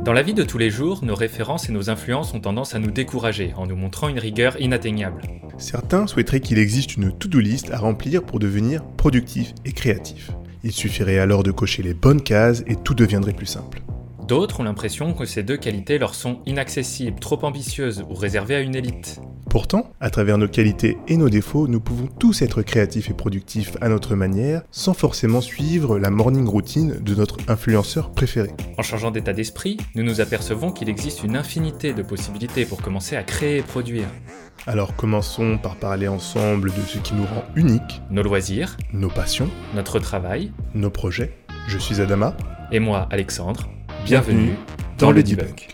Dans la vie de tous les jours, nos références et nos influences ont tendance à nous décourager en nous montrant une rigueur inatteignable. Certains souhaiteraient qu'il existe une to-do list à remplir pour devenir productif et créatif. Il suffirait alors de cocher les bonnes cases et tout deviendrait plus simple. D'autres ont l'impression que ces deux qualités leur sont inaccessibles, trop ambitieuses ou réservées à une élite. Pourtant, à travers nos qualités et nos défauts, nous pouvons tous être créatifs et productifs à notre manière, sans forcément suivre la morning routine de notre influenceur préféré. En changeant d'état d'esprit, nous nous apercevons qu'il existe une infinité de possibilités pour commencer à créer et produire. Alors commençons par parler ensemble de ce qui nous rend uniques, Nos loisirs, nos passions, notre travail, nos projets. Je suis Adama. et moi, Alexandre. Bienvenue dans le Debunk.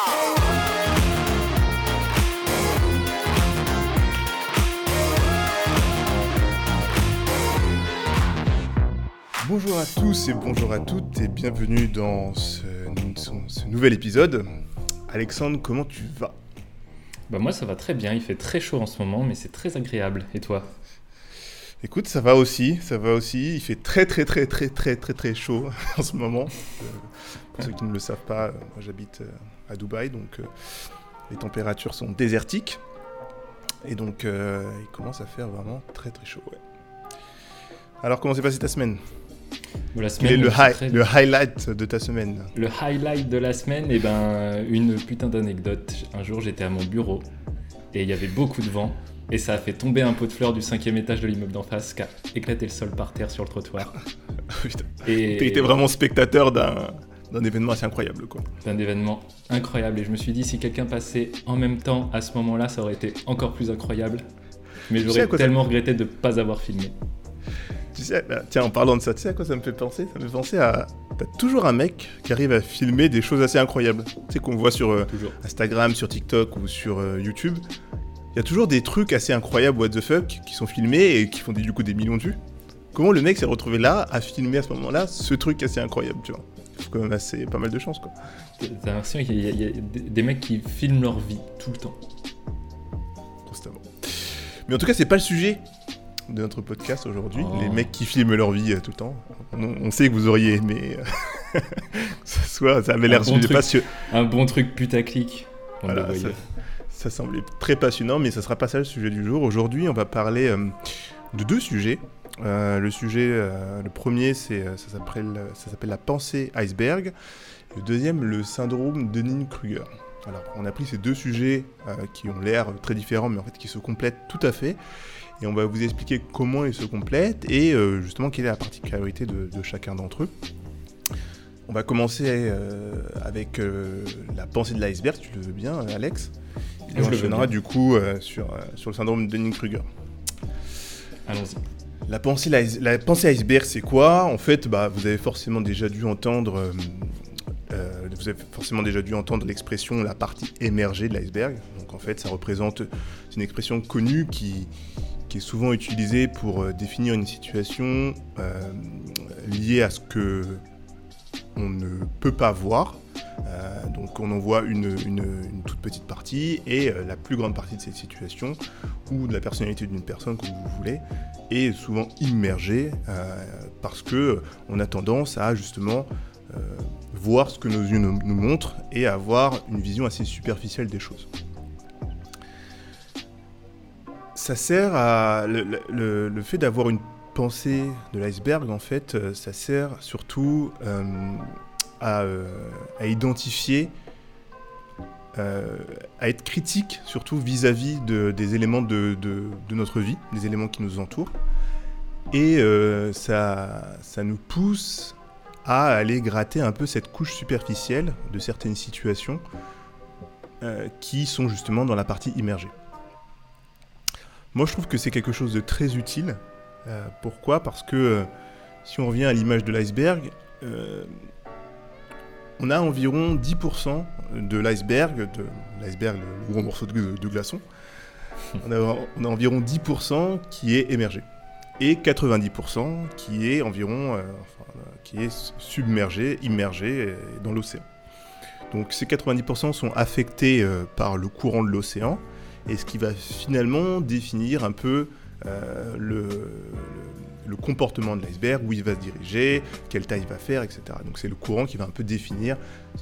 Bonjour à tous et bonjour à toutes et bienvenue dans ce nouvel épisode. Alexandre, comment tu vas ? Moi ça va très bien, il fait très chaud en ce moment mais c'est très agréable. Et toi ? Écoute, ça va aussi, il fait très chaud en ce moment. Pour ceux qui ne le savent pas, moi j'habite à Dubaï, donc les températures sont désertiques. Et donc il commence à faire vraiment très chaud. Ouais. Alors comment s'est passée ta semaine ? Quel est le highlight de ta semaine ? Le highlight de la semaine, une putain d'anecdote. Un jour j'étais à mon bureau et il y avait beaucoup de vent. Et ça a fait tomber un pot de fleurs du 5e étage de l'immeuble d'en face qui a éclaté le sol par terre sur le trottoir. Putain. Et t'étais vraiment spectateur d'un événement assez incroyable, quoi. D'un événement incroyable. Et je me suis dit, si quelqu'un passait en même temps à ce moment-là, ça aurait été encore plus incroyable. Mais j'aurais tellement regretté de ne pas avoir filmé. Tu sais, tiens, en parlant de ça, tu sais à quoi ça me fait penser ? Ça me fait penser à... T'as toujours un mec qui arrive à filmer des choses assez incroyables. Tu sais, qu'on voit sur Instagram, sur TikTok ou sur YouTube. Il y a toujours des trucs assez incroyables, what the fuck, qui sont filmés et qui font du coup des millions de vues. Comment le mec s'est retrouvé là, à filmer à ce moment-là, ce truc assez incroyable, tu vois ? Il faut quand même pas mal de chance, quoi. T'as l'impression qu'il y a des mecs qui filment leur vie, tout le temps. Constamment. Mais en tout cas, c'est pas le sujet de notre podcast aujourd'hui, les mecs qui filment leur vie tout le temps. On sait que vous auriez aimé ça avait l'air passionnant. Un bon truc putaclic. Voilà, ça semblait très passionnant, mais ça sera pas ça le sujet du jour. Aujourd'hui, on va parler de deux sujets. Le premier, ça s'appelle la pensée iceberg. Le deuxième, le syndrome Dunning-Kruger. Alors, on a pris ces deux sujets qui ont l'air très différents, mais en fait qui se complètent tout à fait. Et on va vous expliquer comment ils se complètent et justement quelle est la particularité de chacun d'entre eux. On va commencer avec la pensée de l'iceberg, si tu le veux bien, Alex. Et on enchaînera du coup sur le syndrome de Dunning-Kruger. Allons-y. La pensée iceberg, c'est quoi ? En fait, vous avez forcément déjà dû entendre l'expression la partie émergée de l'iceberg. Donc en fait, ça représente c'est une expression connue qui est souvent utilisée pour définir une situation liée à ce que on ne peut pas voir. Donc on en voit une toute petite partie et la plus grande partie de cette situation ou de la personnalité d'une personne, comme vous voulez, est souvent immergée parce que on a tendance à justement voir ce que nos yeux nous montrent et avoir une vision assez superficielle des choses. Ça sert à... Le fait d'avoir une pensée de l'iceberg, en fait, ça sert surtout à identifier, à être critique, surtout vis-à-vis des éléments de notre vie, des éléments qui nous entourent. Et ça nous pousse à aller gratter un peu cette couche superficielle de certaines situations qui sont justement dans la partie immergée. Moi, je trouve que c'est quelque chose de très utile. Pourquoi ? Parce que si on revient à l'image de l'iceberg, on a environ 10% de l'iceberg, le gros morceau de glaçon, on a environ 10% qui est émergé. Et 90% qui est submergé, immergé dans l'océan. Donc ces 90% sont affectés par le courant de l'océan, et ce qui va finalement définir un peu le comportement de l'iceberg, où il va se diriger, quelle taille il va faire, etc. Donc c'est le courant qui va un peu définir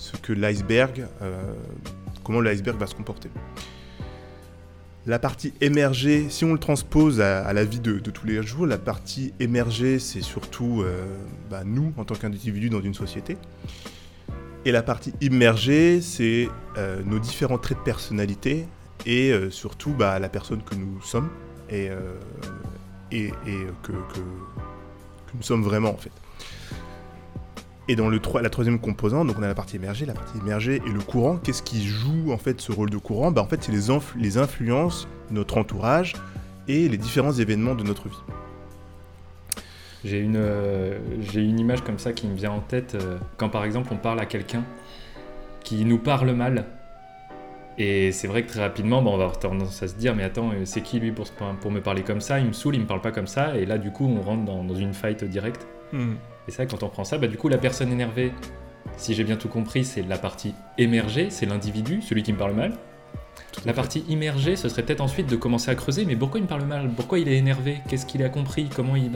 comment l'iceberg va se comporter. La partie émergée, si on le transpose à la vie de tous les jours, la partie émergée, c'est surtout nous, en tant qu'individus dans une société. Et la partie immergée, c'est nos différents traits de personnalité et surtout la personne que nous sommes et que nous sommes vraiment, en fait. Et dans la troisième composante, donc on a la partie émergée et le courant. Qu'est-ce qui joue en fait ce rôle de courant ? En fait, c'est les influences de notre entourage et les différents événements de notre vie. J'ai une image comme ça qui me vient en tête quand par exemple on parle à quelqu'un qui nous parle mal. Et c'est vrai que très rapidement, on va avoir tendance à se dire mais attends, c'est qui lui pour me parler comme ça ? Il me saoule, il me parle pas comme ça. Et là du coup on rentre dans une fight directe. Et ça, quand on prend ça, du coup, la personne énervée, si j'ai bien tout compris, c'est la partie émergée, c'est l'individu, celui qui me parle mal. La partie immergée, ce serait peut-être ensuite de commencer à creuser, mais pourquoi il me parle mal ? Pourquoi il est énervé ? Qu'est-ce qu'il a compris ? Comment il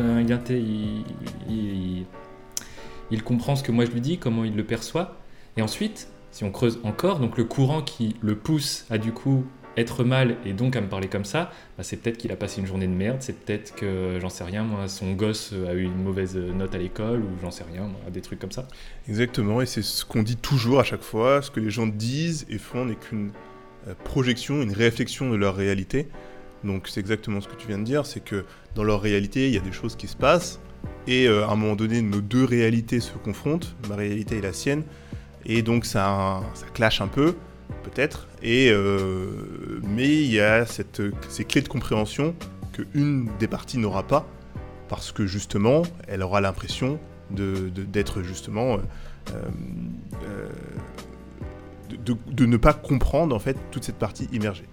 comprend ce que moi je lui dis ? Comment il le perçoit ? Et ensuite, si on creuse encore, donc le courant qui le pousse à du coup être mal et donc à me parler comme ça, c'est peut-être qu'il a passé une journée de merde, c'est peut-être que, j'en sais rien, moi, son gosse a eu une mauvaise note à l'école, ou j'en sais rien, moi, des trucs comme ça. Exactement, et c'est ce qu'on dit toujours à chaque fois, ce que les gens disent et font n'est qu'une projection, une réflexion de leur réalité. Donc c'est exactement ce que tu viens de dire, c'est que dans leur réalité, il y a des choses qui se passent, et à un moment donné, nos deux réalités se confrontent, ma réalité et la sienne, et donc ça clash un peu, peut-être, mais il y a ces clés de compréhension qu'une des parties n'aura pas, parce que justement, elle aura l'impression d'être justement... de ne pas comprendre en fait toute cette partie immergée.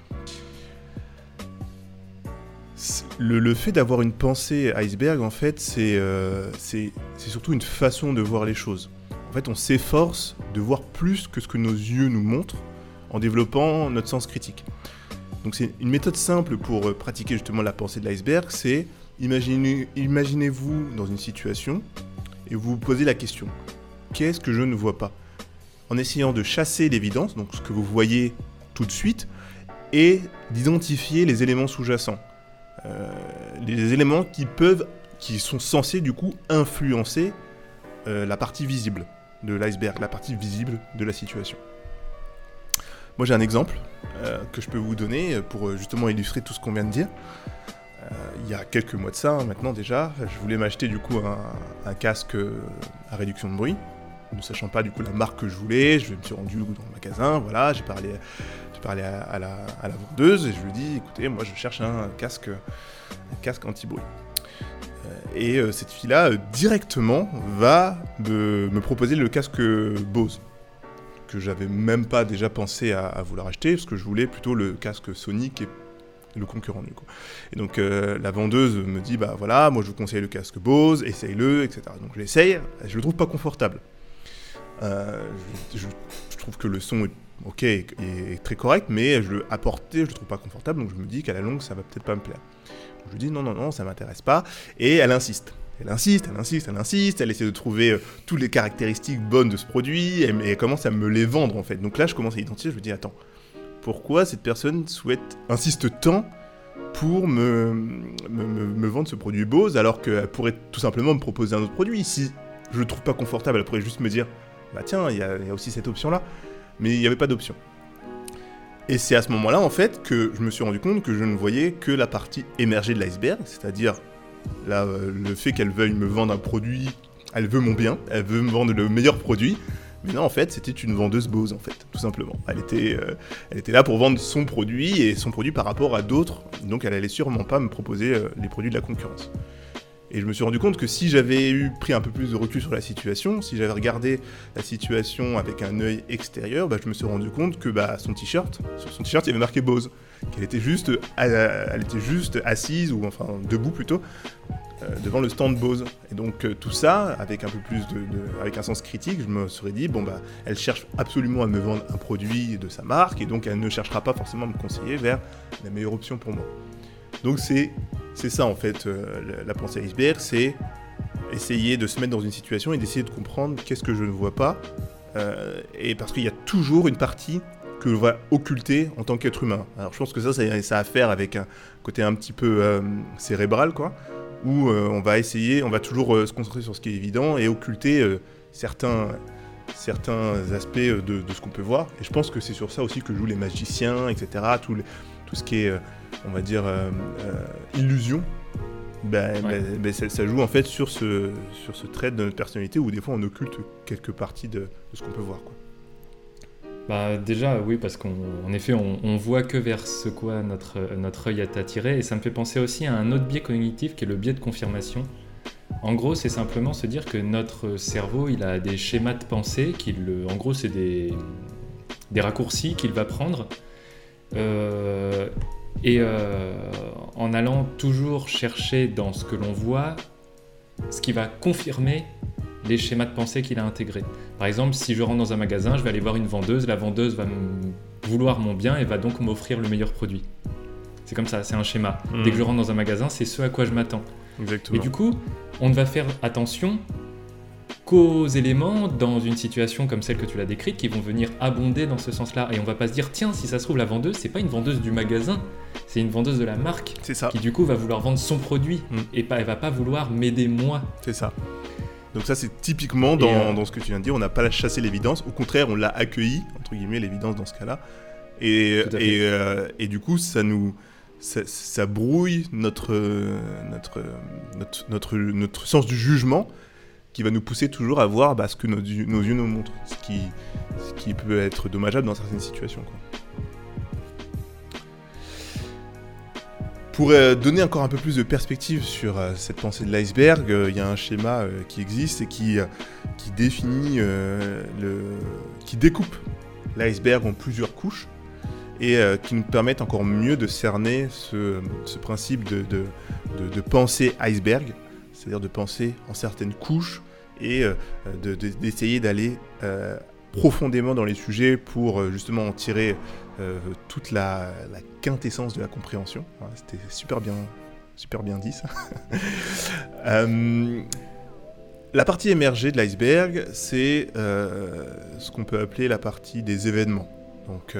Le fait d'avoir une pensée iceberg, en fait, c'est surtout une façon de voir les choses. En fait, on s'efforce de voir plus que ce que nos yeux nous montrent, en développant notre sens critique. Donc c'est une méthode simple pour pratiquer justement la pensée de l'iceberg, c'est imaginez-vous dans une situation et vous vous posez la question, qu'est-ce que je ne vois pas ? En essayant de chasser l'évidence, donc ce que vous voyez tout de suite, et d'identifier les éléments sous-jacents. Les éléments qui sont censés du coup influencer la partie visible de l'iceberg, la partie visible de la situation. Moi j'ai un exemple que je peux vous donner pour justement illustrer tout ce qu'on vient de dire. Il y a quelques mois de ça, maintenant déjà, je voulais m'acheter du coup un casque à réduction de bruit, ne sachant pas du coup la marque que je voulais. Je me suis rendu dans le magasin, voilà, j'ai parlé à la vendeuse et je lui ai dit écoutez, moi je cherche un casque anti-bruit. Et cette fille-là directement va me proposer le casque Bose, que j'avais même pas déjà pensé à vouloir acheter, parce que je voulais plutôt le casque Sonic et le concurrent du coup. Et donc la vendeuse me dit voilà, moi je vous conseille le casque Bose, essaye-le, etc. Donc je l'essaye, je le trouve pas confortable. Je trouve que le son est ok, est très correct, mais je le trouve pas confortable, donc je me dis qu'à la longue ça va peut-être pas me plaire. Donc je lui dis non, ça m'intéresse pas, et elle insiste. Elle essaie de trouver toutes les caractéristiques bonnes de ce produit, et elle commence à me les vendre en fait. Donc là je commence à identifier, je me dis attends, pourquoi cette personne insiste tant pour me vendre ce produit Bose, alors qu'elle pourrait tout simplement me proposer un autre produit. Si je le trouve pas confortable, elle pourrait juste me dire tiens, il y a aussi cette option-là. Mais il n'y avait pas d'option. Et c'est à ce moment-là, en fait, que je me suis rendu compte que je ne voyais que la partie émergée de l'iceberg, c'est-à-dire le fait qu'elle veuille me vendre un produit, elle veut mon bien, elle veut me vendre le meilleur produit. Mais non, en fait, c'était une vendeuse Bose, en fait, tout simplement. Elle était là pour vendre son produit, et son produit par rapport à d'autres. Donc elle allait sûrement pas me proposer les produits de la concurrence. Et je me suis rendu compte que si j'avais pris un peu plus de recul sur la situation, si j'avais regardé la situation avec un œil extérieur, je me suis rendu compte que sur son t-shirt, il y avait marqué Bose, qu'elle était juste assise, ou enfin debout plutôt, devant le stand Bose. Et donc tout ça, avec un peu plus avec un sens critique, je me serais dit, elle cherche absolument à me vendre un produit de sa marque, et donc elle ne cherchera pas forcément à me conseiller vers la meilleure option pour moi. Donc c'est c'est ça en fait, la pensée iceberg, c'est essayer de se mettre dans une situation et d'essayer de comprendre qu'est-ce que je ne vois pas, et parce qu'il y a toujours une partie que l'on va occulter en tant qu'être humain. Alors je pense que ça a à faire avec un côté un petit peu cérébral, quoi, où on va toujours se concentrer sur ce qui est évident et occulter certains aspects de ce qu'on peut voir. Et je pense que c'est sur ça aussi que jouent les magiciens, etc. Tout ce qui est, on va dire, illusion. Ça joue en fait sur ce trait de notre personnalité où des fois on occulte quelques parties de ce qu'on peut voir, quoi. Bah déjà oui, parce qu'en effet on voit que vers ce quoi notre œil est attiré, et ça me fait penser aussi à un autre biais cognitif qui est le biais de confirmation. En gros, c'est simplement se dire que notre cerveau, il a des schémas de pensée, en gros c'est des raccourcis qu'il va prendre, en allant toujours chercher dans ce que l'on voit ce qui va confirmer les schémas de pensée qu'il a intégrés. Par exemple, si je rentre dans un magasin, je vais aller voir une vendeuse, la vendeuse va vouloir mon bien et va donc m'offrir le meilleur produit. C'est comme ça, c'est un schéma. Dès que je rentre dans un magasin, c'est ce à quoi je m'attends. Exactement. Et du coup, on ne va faire attention qu'aux éléments dans une situation comme celle que tu l'as décrite qui vont venir abonder dans ce sens-là. Et on va pas se dire, tiens, si ça se trouve, la vendeuse, c'est pas une vendeuse du magasin, c'est une vendeuse de la marque. C'est ça. Qui du coup va vouloir vendre son produit et elle va pas vouloir m'aider moi. C'est ça. Donc ça, c'est typiquement dans ce que tu viens de dire, on n'a pas chassé l'évidence, au contraire, on l'a accueilli, entre guillemets, l'évidence dans ce cas-là. Et du coup, ça brouille notre sens du jugement, qui va nous pousser toujours à voir ce que nos yeux nous montrent, ce qui peut être dommageable dans certaines situations, quoi. Pour donner encore un peu plus de perspective sur cette pensée de l'iceberg, il y a un schéma qui existe et qui définit, qui découpe l'iceberg en plusieurs couches et qui nous permettent encore mieux de cerner ce principe de pensée iceberg, c'est-à-dire de penser en certaines couches et d'essayer d'aller profondément dans les sujets pour justement en tirer toute la quintessence de la compréhension. Voilà, c'était super bien dit ça. La partie émergée de l'iceberg, c'est ce qu'on peut appeler la partie des événements. Donc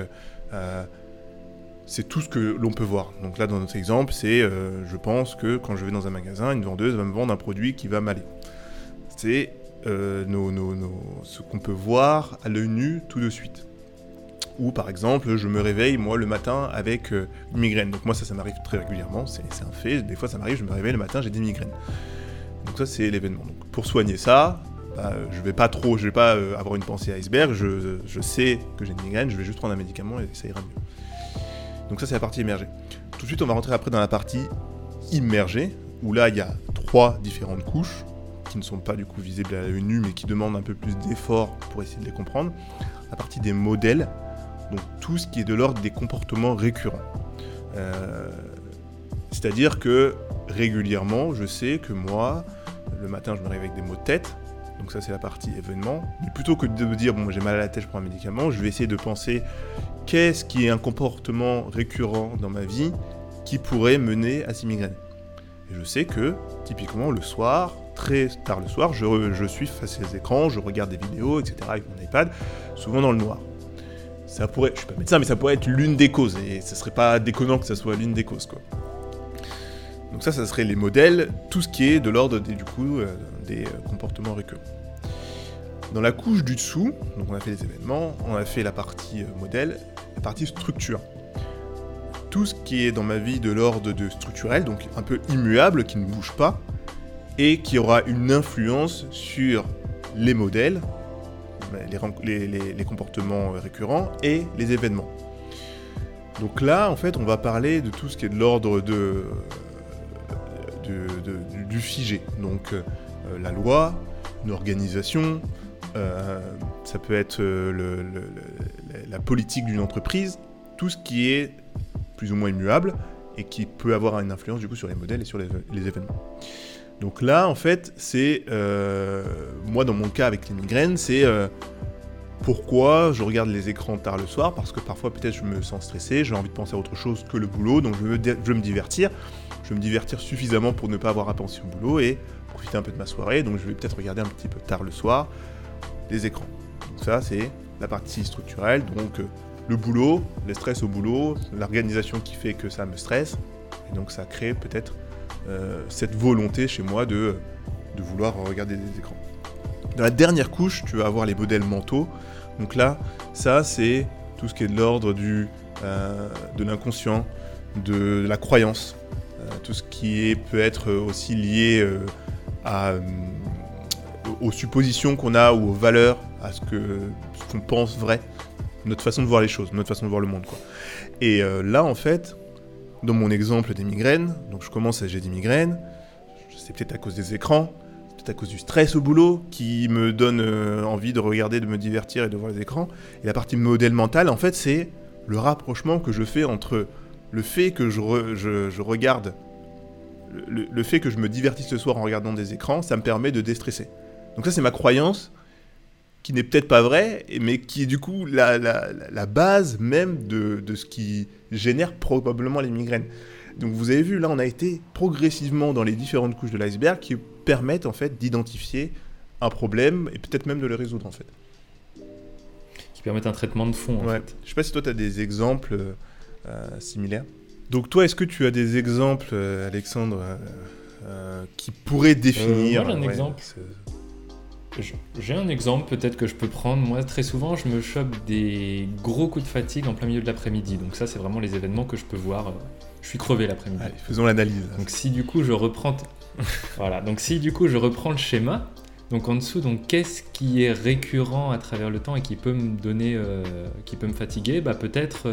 c'est tout ce que l'on peut voir. Donc là, dans notre exemple, c'est je pense que quand je vais dans un magasin, une vendeuse va me vendre un produit qui va m'aller. C'est ce qu'on peut voir à l'œil nu tout de suite. Ou par exemple, je me réveille moi le matin avec une migraine. Donc moi ça m'arrive très régulièrement, c'est un fait. Des fois ça m'arrive, je me réveille le matin, j'ai des migraines. Donc ça c'est l'événement. Donc, pour soigner ça, je vais pas avoir une pensée iceberg. Je sais que j'ai une migraine, je vais juste prendre un médicament et ça ira mieux. Donc ça c'est la partie émergée. Tout de suite on va rentrer après dans la partie immergée, où là il y a 3 différentes couches qui ne sont pas du coup visibles à l'œil nu, mais qui demandent un peu plus d'effort pour essayer de les comprendre. La partie des modèles, donc tout ce qui est de l'ordre des comportements récurrents. C'est-à-dire que régulièrement, je sais que moi, le matin, je me réveille avec des maux de tête, donc ça c'est la partie événement. Mais plutôt que de me dire, bon, j'ai mal à la tête, je prends un médicament, je vais essayer de penser qu'est-ce qui est un comportement récurrent dans ma vie qui pourrait mener à ces migraines. Et je sais que, typiquement, le soir, très tard le soir, je suis face aux écrans, je regarde des vidéos, etc. avec mon iPad, souvent dans le noir. Ça pourrait, je suis pas médecin, mais ça pourrait être l'une des causes, et ce serait pas déconnant que ça soit l'une des causes, quoi. Donc ça serait les modèles, tout ce qui est de l'ordre des comportements récurrents. Dans la couche du dessous, donc on a fait les événements, on a fait la partie modèle, la partie structure. Tout ce qui est dans ma vie de l'ordre de structurel, donc un peu immuable, qui ne bouge pas, et qui aura une influence sur les modèles, les comportements récurrents et les événements. Donc là, en fait, on va parler de tout ce qui est de l'ordre du figé. Donc la loi, une organisation, ça peut être la politique d'une entreprise, tout ce qui est plus ou moins immuable et qui peut avoir une influence du coup sur les modèles et sur les événements. Donc là, en fait, c'est moi dans mon cas avec les migraines, c'est Pourquoi je regarde les écrans tard le soir? Parce que parfois peut-être je me sens stressé, j'ai envie de penser à autre chose que le boulot, donc je veux me divertir. Je veux me divertir suffisamment pour ne pas avoir à penser au boulot et profiter un peu de ma soirée, donc je vais peut-être regarder un petit peu tard le soir les écrans. Donc ça c'est la partie structurelle, donc le boulot, le stress au boulot, l'organisation qui fait que ça me stresse, et donc ça crée peut-être cette volonté chez moi de vouloir regarder des écrans. Dans la dernière couche, tu vas avoir les modèles mentaux. Donc là, ça c'est tout ce qui est de l'ordre de l'inconscient, de la croyance, tout ce qui peut être aussi lié aux suppositions qu'on a ou aux valeurs, à ce qu'on pense vrai, notre façon de voir les choses, notre façon de voir le monde, quoi. Et là, en fait, dans mon exemple des migraines, donc j'ai des migraines, c'est peut-être à cause des écrans, c'est peut-être à cause du stress au boulot qui me donne envie de regarder, de me divertir et de voir les écrans. Et la partie modèle mental, en fait, c'est le rapprochement que je fais entre le fait que je regarde, le fait que je me divertisse le soir en regardant des écrans, ça me permet de déstresser. Donc ça, c'est ma croyance, qui n'est peut-être pas vraie, mais qui est du coup la base même de ce qui génère probablement les migraines. Donc vous avez vu, là, on a été progressivement dans les différentes couches de l'iceberg qui permettent en fait d'identifier un problème et peut-être même de le résoudre en fait. Qui permettent un traitement de fond en fait. Je sais pas si toi tu as des exemples similaires. Donc toi, est-ce que tu as des exemples, Alexandre, qui pourraient définir... Moi j'ai un exemple. J'ai un exemple peut-être que je peux prendre. Moi très souvent je me chope des gros coups de fatigue en plein milieu de l'après-midi. Donc ça c'est vraiment les événements que je peux voir. Je suis crevé l'après-midi. Allez, faisons l'analyse. Donc si du coup je reprends je reprends le schéma, donc en dessous, donc qu'est-ce qui est récurrent à travers le temps et qui peut me donner, qui peut me fatiguer, peut-être,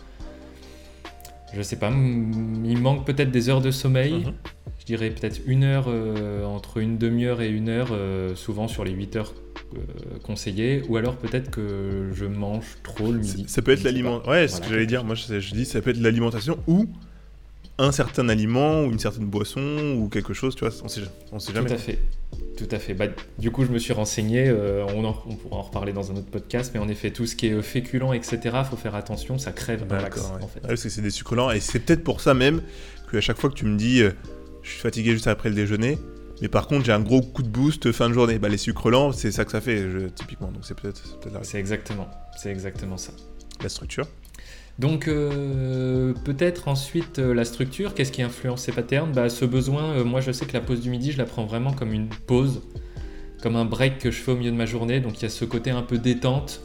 je sais pas, il manque peut-être des heures de sommeil. Je dirais peut-être une heure, entre une demi-heure et une heure, souvent sur les 8 heures conseillées, ou alors peut-être que je mange trop le midi. Ça peut être l'alimentation. Ouais, c'est ce que j'allais dire. Moi, je dis ça peut être l'alimentation ou un certain aliment ou une certaine boisson ou quelque chose, tu vois, on sait jamais. Tout à fait. Du coup, je me suis renseigné, on pourra en reparler dans un autre podcast, mais en effet, tout ce qui est féculent, etc., faut faire attention, ça crève dans l'axe, en fait. Parce que c'est des sucres lents, et c'est peut-être pour ça même qu'à chaque fois que tu me dis je suis fatigué juste après le déjeuner, mais par contre j'ai un gros coup de boost fin de journée, les sucres lents, c'est ça que ça fait, typiquement, donc c'est peut-être la... C'est exactement ça. La structure. Donc peut-être ensuite la structure, qu'est-ce qui influence ces patterns ? Ce besoin, moi je sais que la pause du midi, je la prends vraiment comme une pause, comme un break que je fais au milieu de ma journée, donc il y a ce côté un peu détente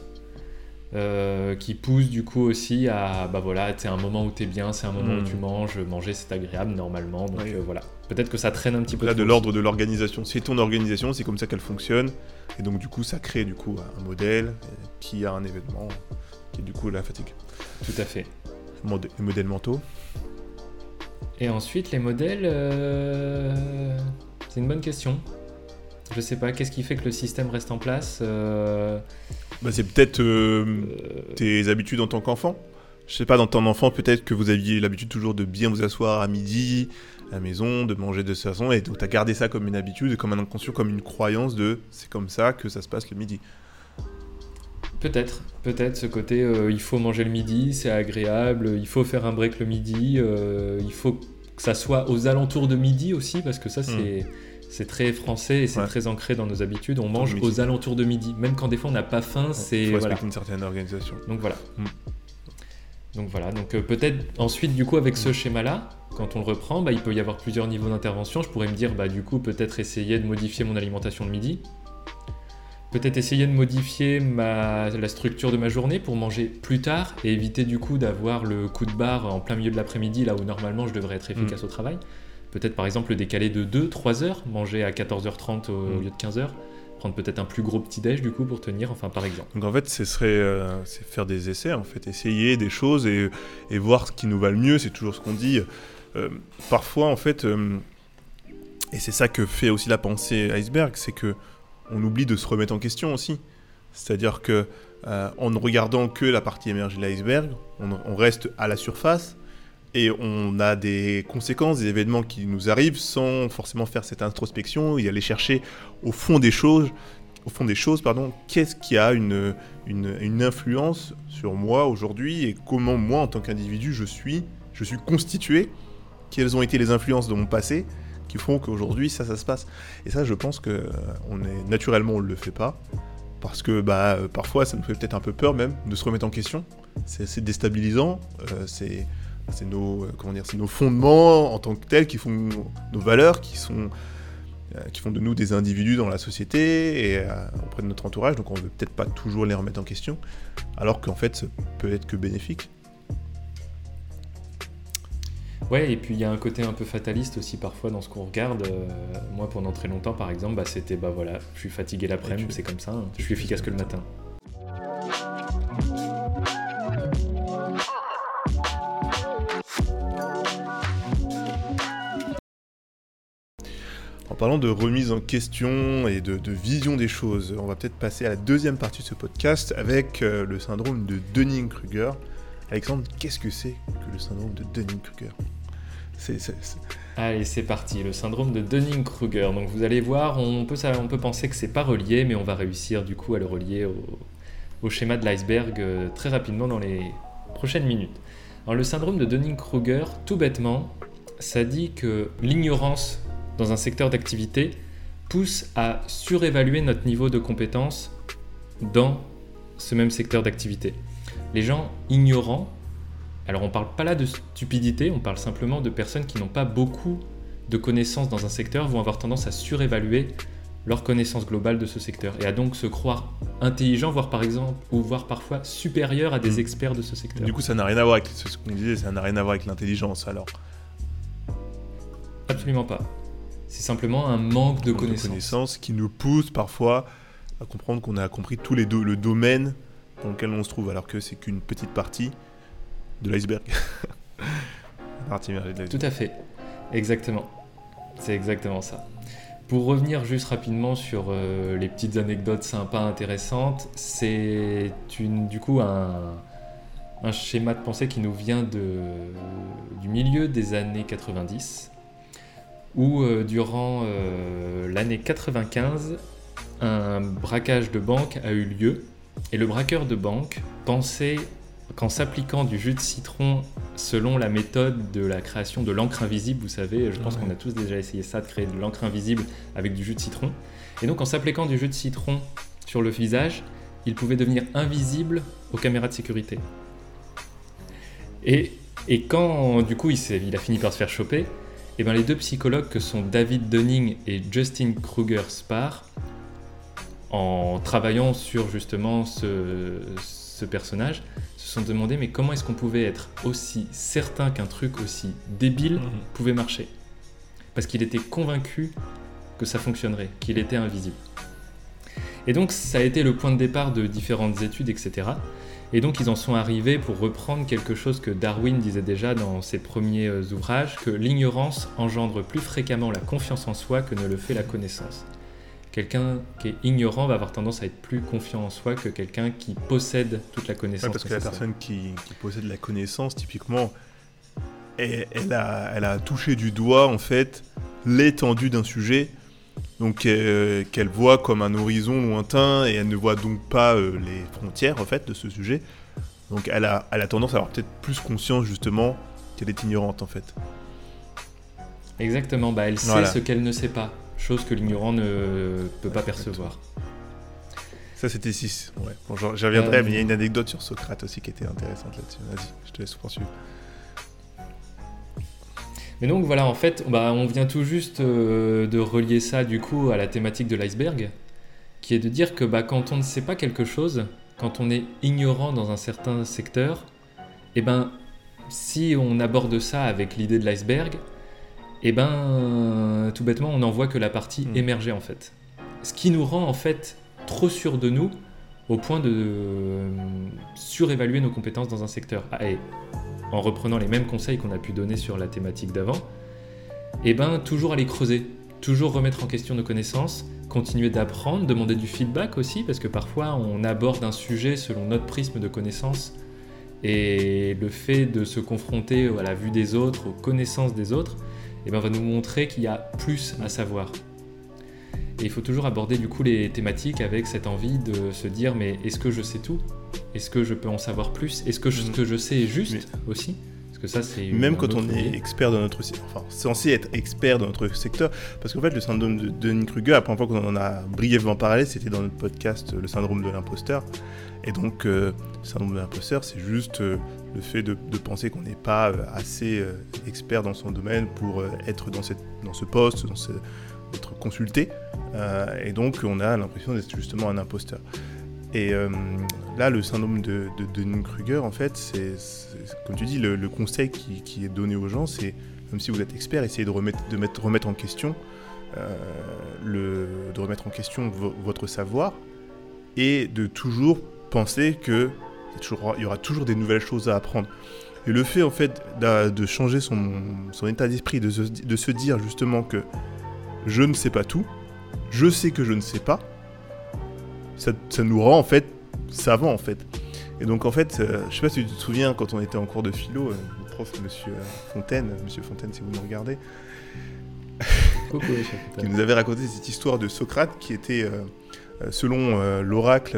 qui pousse du coup aussi à, c'est un moment où t'es bien, c'est un moment où tu manges, manger c'est agréable normalement, donc voilà. Peut-être que ça traîne un petit peu. Là, de l'ordre de l'organisation, c'est ton organisation, c'est comme ça qu'elle fonctionne, et donc du coup ça crée du coup un modèle qui a un événement qui est du coup la fatigue. Tout à fait. Les modèles mentaux. Et ensuite, les modèles, c'est une bonne question. Je sais pas, qu'est-ce qui fait que le système reste en place C'est peut-être tes habitudes en tant qu'enfant. Je sais pas, dans ton enfant, peut-être que vous aviez l'habitude toujours de bien vous asseoir à midi, à la maison, de manger de cette façon, et donc tu as gardé ça comme une habitude, comme un inconscient, comme une croyance de c'est comme ça que ça se passe le midi. Peut-être ce côté il faut manger le midi, c'est agréable, il faut faire un break le midi, il faut que ça soit aux alentours de midi aussi, parce que ça c'est très français et c'est très ancré dans nos habitudes, on mange aux alentours de midi, même quand des fois on n'a pas faim, c'est... Il faut respecter une certaine organisation. Donc voilà. Donc peut-être ensuite du coup avec ce schéma-là, quand on le reprend, il peut y avoir plusieurs niveaux d'intervention, je pourrais me dire du coup peut-être essayer de modifier mon alimentation de midi, peut-être essayer de modifier la structure de ma journée pour manger plus tard et éviter du coup d'avoir le coup de barre en plein milieu de l'après-midi, là où normalement je devrais être efficace au travail. Peut-être par exemple le décaler de 2-3 heures, manger à 14h30 au lieu de 15h, prendre peut-être un plus gros petit-déj du coup pour tenir, enfin par exemple. Donc en fait c'est faire des essais, en fait, essayer des choses et voir ce qui nous va le mieux, c'est toujours ce qu'on dit. Parfois en fait, et c'est ça que fait aussi la pensée iceberg, c'est que on oublie de se remettre en question aussi. C'est-à-dire que en ne regardant que la partie émergée de l'iceberg, on reste à la surface et on a des conséquences, des événements qui nous arrivent sans forcément faire cette introspection et aller chercher au fond des choses au fond des choses, qu'est-ce qui a une influence sur moi aujourd'hui et comment moi, en tant qu'individu, je suis constitué, quelles ont été les influences de mon passé qui font qu'aujourd'hui, ça se passe. Et ça, je pense que naturellement, on ne le fait pas, parce que parfois, ça nous fait peut-être un peu peur même de se remettre en question. C'est assez déstabilisant, c'est nos fondements en tant que tels qui font nos valeurs, qui font de nous des individus dans la société et auprès de notre entourage, donc on ne veut peut-être pas toujours les remettre en question, alors qu'en fait, ça peut être que bénéfique. Ouais, et puis il y a un côté un peu fataliste aussi parfois dans ce qu'on regarde. Moi, pendant très longtemps, par exemple, c'était voilà, je suis fatigué l'après-midi, c'est comme ça, hein. Je suis efficace que le matin. En parlant de remise en question et de vision des choses, on va peut-être passer à la deuxième partie de ce podcast avec le syndrome de Dunning-Kruger. Alexandre, qu'est-ce que c'est que le syndrome de Dunning-Kruger ? Allez, c'est parti, le syndrome de Dunning-Kruger. Donc vous allez voir, on peut penser que c'est pas relié, mais on va réussir du coup à le relier au schéma de l'iceberg très rapidement dans les prochaines minutes. Alors le syndrome de Dunning-Kruger, tout bêtement, ça dit que l'ignorance dans un secteur d'activité pousse à surévaluer notre niveau de compétence dans ce même secteur d'activité. Les gens ignorants, alors on ne parle pas là de stupidité, on parle simplement de personnes qui n'ont pas beaucoup de connaissances dans un secteur, vont avoir tendance à surévaluer leur connaissance globale de ce secteur et à donc se croire intelligents, voire parfois supérieurs à des experts de ce secteur. Du coup, ça n'a rien à voir avec ce qu'on disait, ça n'a rien à voir avec l'intelligence alors. Absolument pas. C'est simplement un manque de connaissances qui nous pousse parfois à comprendre qu'on a compris tous le domaine dans lequel on se trouve, alors que c'est qu'une petite partie de l'iceberg. Tout à fait, exactement. C'est exactement ça. Pour revenir juste rapidement sur les petites anecdotes sympas, intéressantes, c'est du coup un schéma de pensée qui nous vient du milieu des années 90, où durant l'année 95, un braquage de banque a eu lieu, et le braqueur de banque pensait qu'en s'appliquant du jus de citron selon la méthode de la création de l'encre invisible, vous savez, je pense qu'on a tous déjà essayé ça, de créer de l'encre invisible avec du jus de citron, et donc en s'appliquant du jus de citron sur le visage, il pouvait devenir invisible aux caméras de sécurité. Et quand du coup il a fini par se faire choper, et les deux psychologues que sont David Dunning et Justin Kruger-Spahr, en travaillant sur justement ce personnage, se sont demandé mais comment est-ce qu'on pouvait être aussi certain qu'un truc aussi débile pouvait marcher ? Parce qu'il était convaincu que ça fonctionnerait, qu'il était invisible. Et donc ça a été le point de départ de différentes études, etc. Et donc ils en sont arrivés, pour reprendre quelque chose que Darwin disait déjà dans ses premiers ouvrages, que l'ignorance engendre plus fréquemment la confiance en soi que ne le fait la connaissance. Quelqu'un qui est ignorant va avoir tendance à être plus confiant en soi que quelqu'un qui possède toute la connaissance. Parce que la personne qui possède la connaissance, typiquement, elle a touché du doigt en fait l'étendue d'un sujet, donc qu'elle voit comme un horizon lointain, et elle ne voit donc pas les frontières en fait de ce sujet. Donc elle a tendance à avoir peut-être plus conscience justement qu'elle est ignorante en fait. Exactement, elle sait ce qu'elle ne sait pas, chose que l'ignorant ne peut pas percevoir. Ça c'était 6, ouais. Bon, j'y reviendrai, mais il y a une anecdote sur Socrate aussi qui était intéressante là-dessus. Vas-y, je te laisse poursuivre. Mais donc voilà, en fait, on vient tout juste de relier ça du coup à la thématique de l'iceberg, qui est de dire que quand on ne sait pas quelque chose, quand on est ignorant dans un certain secteur, si on aborde ça avec l'idée de l'iceberg, tout bêtement, on n'en voit que la partie émergée en fait. Ce qui nous rend en fait trop sûrs de nous au point de surévaluer nos compétences dans un secteur. Et en reprenant les mêmes conseils qu'on a pu donner sur la thématique d'avant, toujours aller creuser, toujours remettre en question nos connaissances, continuer d'apprendre, demander du feedback aussi, parce que parfois on aborde un sujet selon notre prisme de connaissances, et le fait de se confronter à la vue des autres, aux connaissances des autres, va nous montrer qu'il y a plus à savoir. Et il faut toujours aborder du coup les thématiques avec cette envie de se dire mais est-ce que je sais tout ? Est-ce que je peux en savoir plus ? Est-ce que ce que je sais est juste aussi ? Parce que ça c'est même quand on est expert dans notre censé être expert dans notre secteur, parce qu'en fait le syndrome de Dunning-Kruger, la première fois qu'on en a brièvement parlé, c'était dans notre podcast le syndrome de l'imposteur. Et donc le syndrome de l'imposteur, c'est juste le fait de penser qu'on n'est pas assez expert dans son domaine pour être dans ce poste, d'être consulté, et donc on a l'impression d'être justement un imposteur. Et là, le syndrome de Dunning-Kruger, en fait, c'est comme tu dis, le conseil qui est donné aux gens, c'est, même si vous êtes expert, essayez de remettre en question, votre savoir, et de toujours penser qu'il y aura toujours des nouvelles choses à apprendre. Et le fait, en fait, de changer son état d'esprit, de se dire justement que je ne sais pas tout, je sais que je ne sais pas, ça nous rend en fait savants en fait. Et donc en fait, je sais pas si tu te souviens quand on était en cours de philo, le prof Monsieur Fontaine, si vous nous regardez, Coucou, qui nous avait raconté cette histoire de Socrate qui était, selon l'oracle,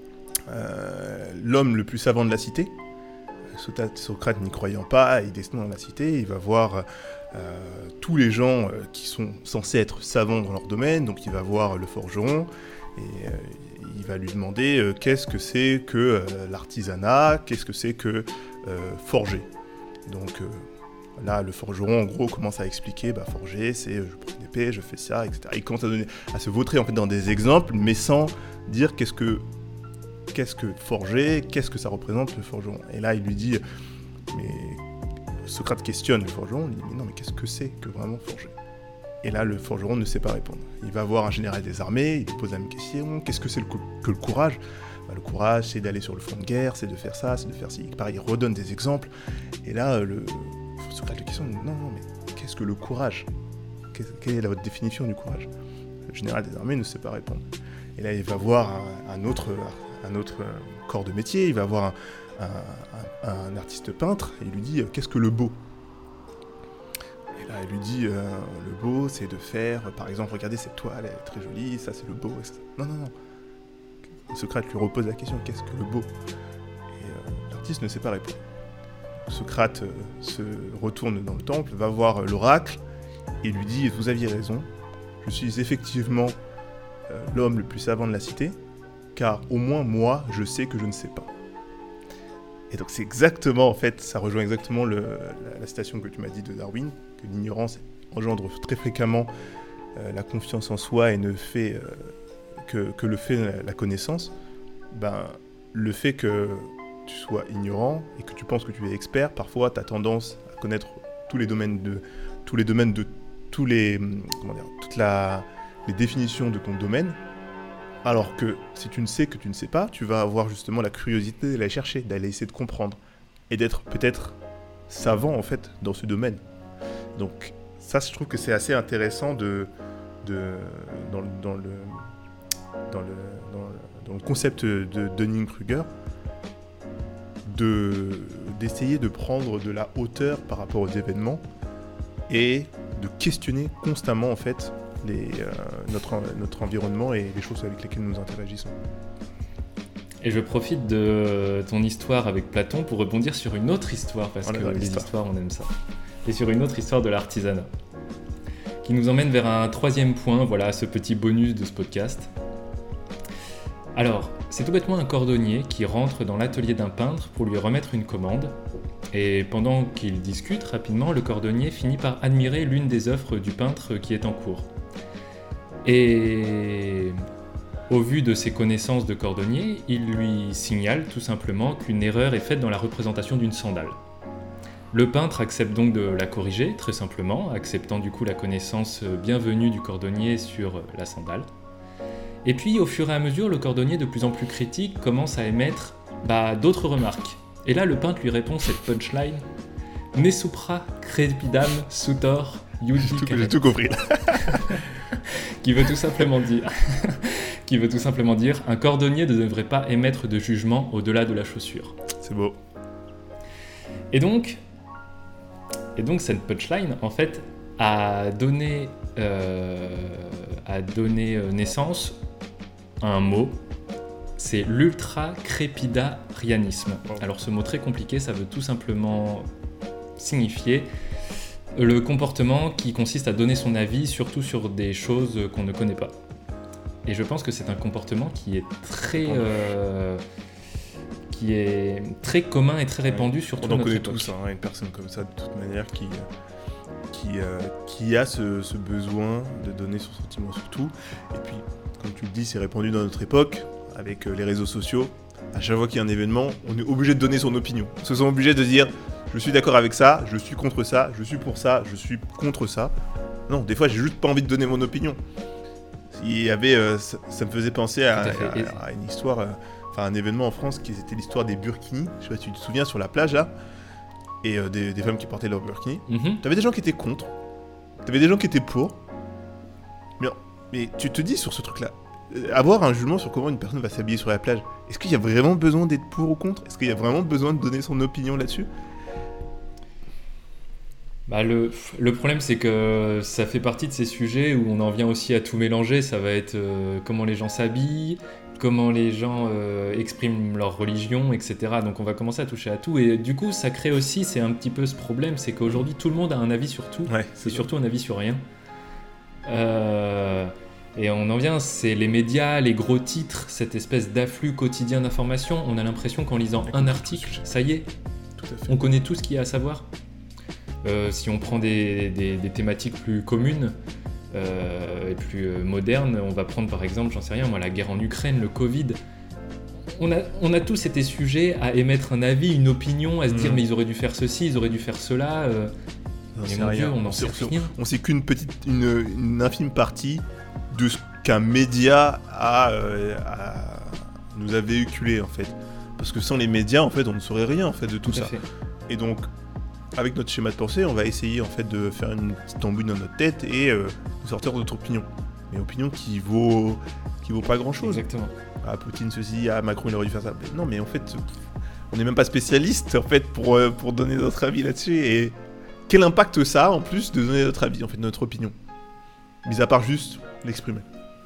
l'homme le plus savant de la cité. Socrate n'y croyant pas, il descend dans la cité, il va voir tous les gens qui sont censés être savants dans leur domaine, donc il va voir le forgeron, et il va lui demander qu'est-ce que c'est que l'artisanat, qu'est-ce que c'est que forger. Donc là, le forgeron, en gros, commence à expliquer, forger, c'est je prends une épée, je fais ça, etc. Il commence à se vautrer en fait dans des exemples, mais sans dire qu'est-ce que forger, qu'est-ce que ça représente le forgeron. Et là, il lui dit, mais Socrate questionne le forgeron, il dit, mais non, mais qu'est-ce que c'est que vraiment forger ? Et là, le forgeron ne sait pas répondre. Il va voir un général des armées, il lui pose la même question, qu'est-ce que c'est que le courage ? Le courage, c'est d'aller sur le front de guerre, c'est de faire ça, c'est de faire ci. Pareil, il redonne des exemples. Et là, Socrate lui questionne, non, mais qu'est-ce que le courage ? Quelle est votre définition du courage ? Le général des armées ne sait pas répondre. Et là, il va voir un autre corps de métier, il va voir un artiste peintre, et il lui dit, qu'est-ce que le beau ? Et là, il lui dit, le beau, c'est de faire, par exemple, regardez cette toile, elle est très jolie, ça c'est le beau, etc. Non. Socrate lui repose la question, qu'est-ce que le beau ? Et l'artiste ne sait pas répondre. Socrate se retourne dans le temple, va voir l'oracle, et lui dit, vous aviez raison, je suis effectivement l'homme le plus savant de la cité, car au moins moi, je sais que je ne sais pas. Et donc c'est exactement, en fait, ça rejoint exactement la citation que tu m'as dit de Darwin, que l'ignorance engendre très fréquemment la confiance en soi et ne fait que le fait la connaissance. Le fait que tu sois ignorant et que tu penses que tu es expert, parfois tu as tendance à connaître toutes les définitions de ton domaine, alors que si tu ne sais que tu ne sais pas, tu vas avoir justement la curiosité d'aller chercher, d'aller essayer de comprendre, et d'être peut-être savant en fait dans ce domaine. Donc ça, je trouve que c'est assez intéressant dans le concept de Dunning-Kruger, d'essayer de prendre de la hauteur par rapport aux événements et de questionner constamment en fait notre environnement et les choses avec lesquelles nous interagissons. Et je profite de ton histoire avec Platon pour rebondir sur une autre histoire, parce que les histoires, on aime ça. Et sur une autre histoire de l'artisanat, qui nous emmène vers un troisième point, voilà, ce petit bonus de ce podcast. Alors, c'est tout bêtement un cordonnier qui rentre dans l'atelier d'un peintre pour lui remettre une commande. Et pendant qu'ils discutent rapidement, le cordonnier finit par admirer l'une des œuvres du peintre qui est en cours. Et au vu de ses connaissances de cordonnier, il lui signale tout simplement qu'une erreur est faite dans la représentation d'une sandale. Le peintre accepte donc de la corriger, très simplement, acceptant du coup la connaissance bienvenue du cordonnier sur la sandale. Et puis, au fur et à mesure, le cordonnier, de plus en plus critique, commence à émettre d'autres remarques. Et là, le peintre lui répond cette punchline « Ne supra crepidam sutor iudi caret ». J'ai tout compris. Qui veut tout simplement dire un cordonnier ne devrait pas émettre de jugement au-delà de la chaussure. C'est beau. Et donc cette punchline, en fait, a donné a donné naissance à un mot, c'est l'ultra-crépidarianisme. Alors ce mot très compliqué, ça veut tout simplement signifier le comportement qui consiste à donner son avis, surtout sur des choses qu'on ne connaît pas. Et je pense que c'est un comportement qui est très commun et très répandu, surtout dans notre époque. On en connaît tous, une personne comme ça, de toute manière, qui a ce besoin de donner son sentiment sur tout. Et puis, comme tu le dis, c'est répandu dans notre époque, avec les réseaux sociaux. À chaque fois qu'il y a un événement, on est obligé de donner son opinion. On se sent obligé de dire « je suis d'accord avec ça, je suis contre ça, je suis pour ça, je suis contre ça ». Non, des fois, j'ai juste pas envie de donner mon opinion. Il y avait, ça me faisait penser à une histoire, un événement en France qui était l'histoire des burkinis. Je sais pas si tu te souviens, sur la plage là, et des femmes qui portaient leur burkini. T'avais des gens qui étaient contre, t'avais des gens qui étaient pour. Mais tu te dis sur ce truc-là, avoir un jugement sur comment une personne va s'habiller sur la plage, est-ce qu'il y a vraiment besoin d'être pour ou contre ? Est-ce qu'il y a vraiment besoin de donner son opinion là-dessus ? Le problème, c'est que ça fait partie de ces sujets où on en vient aussi à tout mélanger. Ça va être comment les gens s'habillent, comment les gens expriment leur religion, etc. Donc on va commencer à toucher à tout. Et du coup, ça crée aussi, c'est un petit peu ce problème, c'est qu'aujourd'hui, tout le monde a un avis sur tout, et surtout un avis sur rien. Et on en vient, c'est les médias, les gros titres, cette espèce d'afflux quotidien d'informations. On a l'impression qu'en lisant un article, ça y est, on connaît tout ce qu'il y a à savoir. Si on prend des thématiques plus communes et plus modernes, on va prendre par exemple, j'en sais rien moi, la guerre en Ukraine, le Covid. On a tous été sujets à émettre un avis, une opinion, à se dire mais ils auraient dû faire ceci, ils auraient dû faire cela. Mais mon Dieu, on n'en sait rien. On sait qu'une une infime partie de ce qu'un média nous a véhiculé en fait. Parce que sans les médias, en fait, on ne saurait rien en fait de tout ça. Fait. Et donc, avec notre schéma de pensée, on va essayer en fait de faire une petite embrouille dans notre tête et de sortir notre opinion. Mais opinion qui vaut pas grand chose. Exactement. Ah, Poutine ceci, ah, Macron il aurait dû faire ça. Mais non, mais en fait, on n'est même pas spécialiste en fait pour donner notre avis là-dessus. Et quel impact ça a en plus de donner notre avis, en fait, notre opinion, mis à part juste l'exprimer.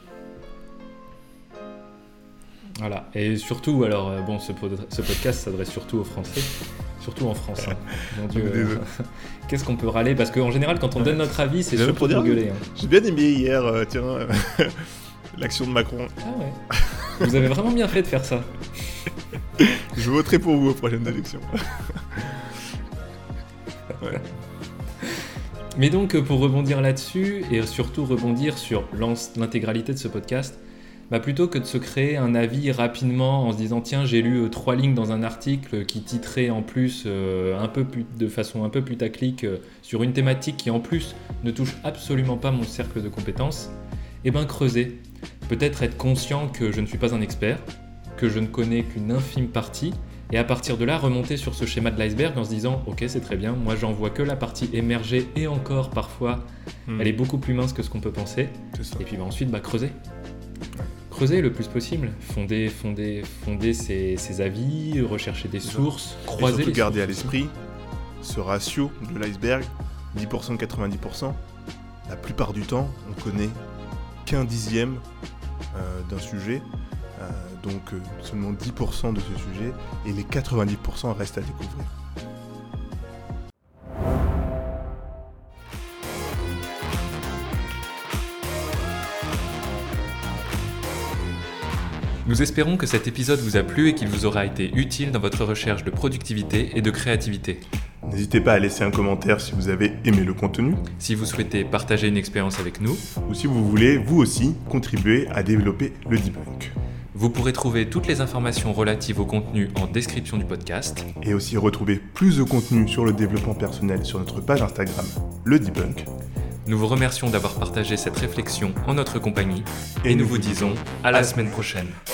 Voilà. Et surtout, alors ce podcast s'adresse surtout aux Français. Surtout en France. Mon Dieu, qu'est-ce qu'on peut râler ? Parce qu'en général, quand on donne notre avis, c'est surtout pour gueuler. J'ai bien aimé hier, l'action de Macron. Ah ouais. Vous avez vraiment bien fait de faire ça. Je voterai pour vous aux prochaines élections. Ouais. Mais donc, pour rebondir là-dessus, et surtout rebondir sur l'intégralité de ce podcast, plutôt que de se créer un avis rapidement en se disant tiens j'ai lu 3 lignes dans un article qui titrait en plus de façon un peu putaclic sur une thématique qui en plus ne touche absolument pas mon cercle de compétences, creuser. Peut-être être conscient que je ne suis pas un expert, que je ne connais qu'une infime partie, et à partir de là remonter sur ce schéma de l'iceberg en se disant ok c'est très bien, moi j'en vois que la partie émergée et encore parfois elle est beaucoup plus mince que ce qu'on peut penser, et puis ensuite creuser. Creuser le plus possible, fonder ses avis, rechercher des sources, croiser les sources. Garder à l'esprit ce ratio de l'iceberg, 10% 90%. La plupart du temps, on connaît qu'un dixième d'un sujet, donc seulement 10% de ce sujet, et les 90% restent à découvrir. Nous espérons que cet épisode vous a plu et qu'il vous aura été utile dans votre recherche de productivité et de créativité. N'hésitez pas à laisser un commentaire si vous avez aimé le contenu. Si vous souhaitez partager une expérience avec nous. Ou si vous voulez, vous aussi, contribuer à développer le debunk. Vous pourrez trouver toutes les informations relatives au contenu en description du podcast. Et aussi retrouver plus de contenu sur le développement personnel sur notre page Instagram, le debunk. Nous vous remercions d'avoir partagé cette réflexion en notre compagnie et nous vous disons à la semaine prochaine.